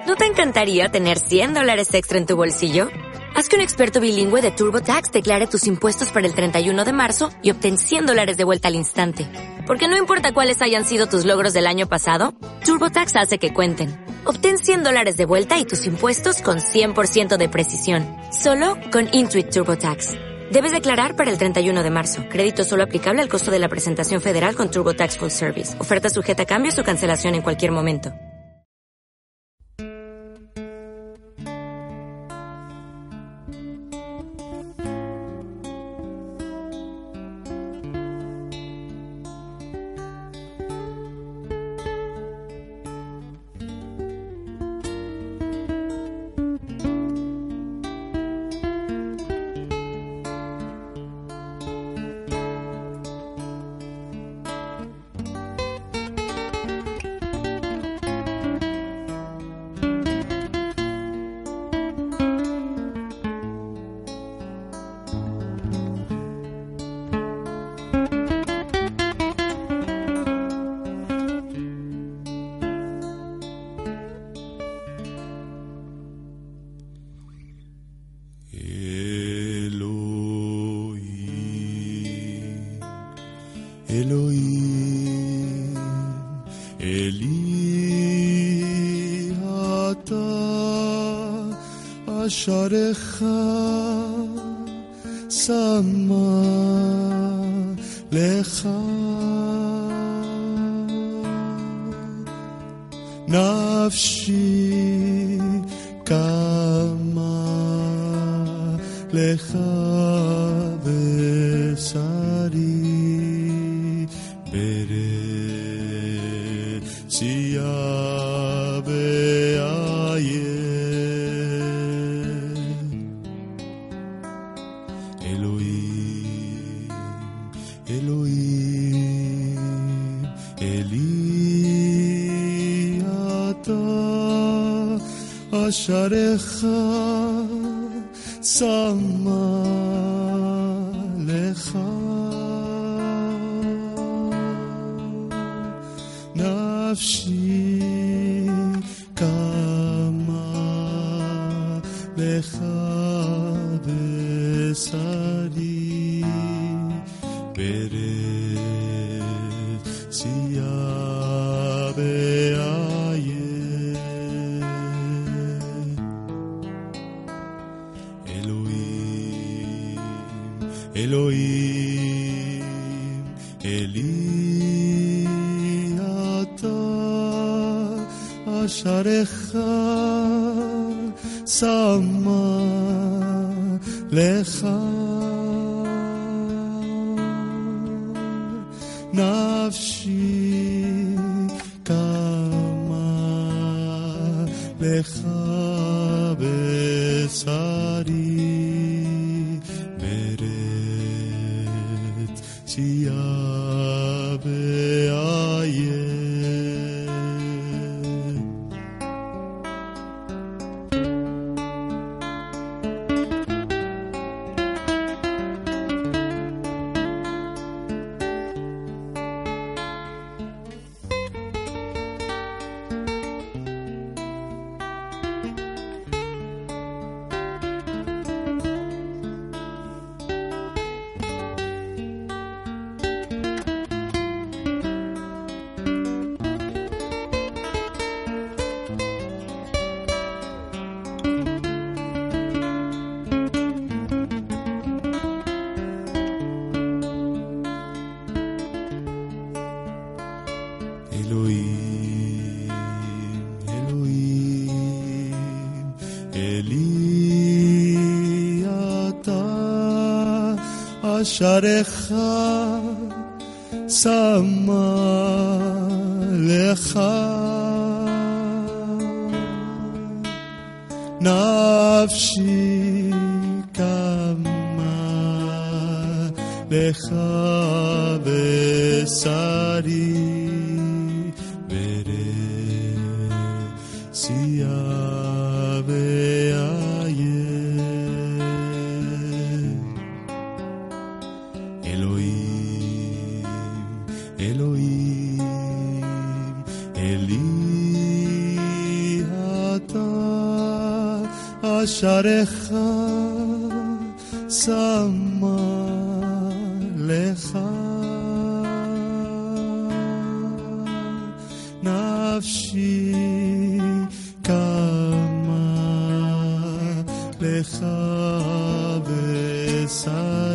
¿No te encantaría tener $100 extra en tu bolsillo? Haz que un experto bilingüe de TurboTax declare tus impuestos para el 31 de marzo y obtén $100 de vuelta al instante. Porque no importa cuáles hayan sido tus logros del año pasado, TurboTax hace que cuenten. Obtén $100 de vuelta y tus impuestos con 100% de precisión. Solo con Intuit TurboTax. Debes declarar para el 31 de marzo. Crédito solo aplicable al costo de la presentación federal con TurboTax Full Service. Oferta sujeta a cambios o cancelación en cualquier momento. אלוהים, אלי אתה אשריך שמה לך נפשי קמה לך בשרי ברצייה בעיין אלוהים אלוהים אלי אתה אשריך שמה לך נפשי קמה לך בשרי ברצייה בעיין אלוהים אלוהים אלי אשריך שמה לך נפשי קמה לך בשרי ברצייה בעיין אלוהים, אלוהים, אלי אתה אשריך שמה לך נפשי קמה לך בשרי אלוהים, אלוהים, אלי אתה ישריך שמה לך נפשי קמה לך בשרי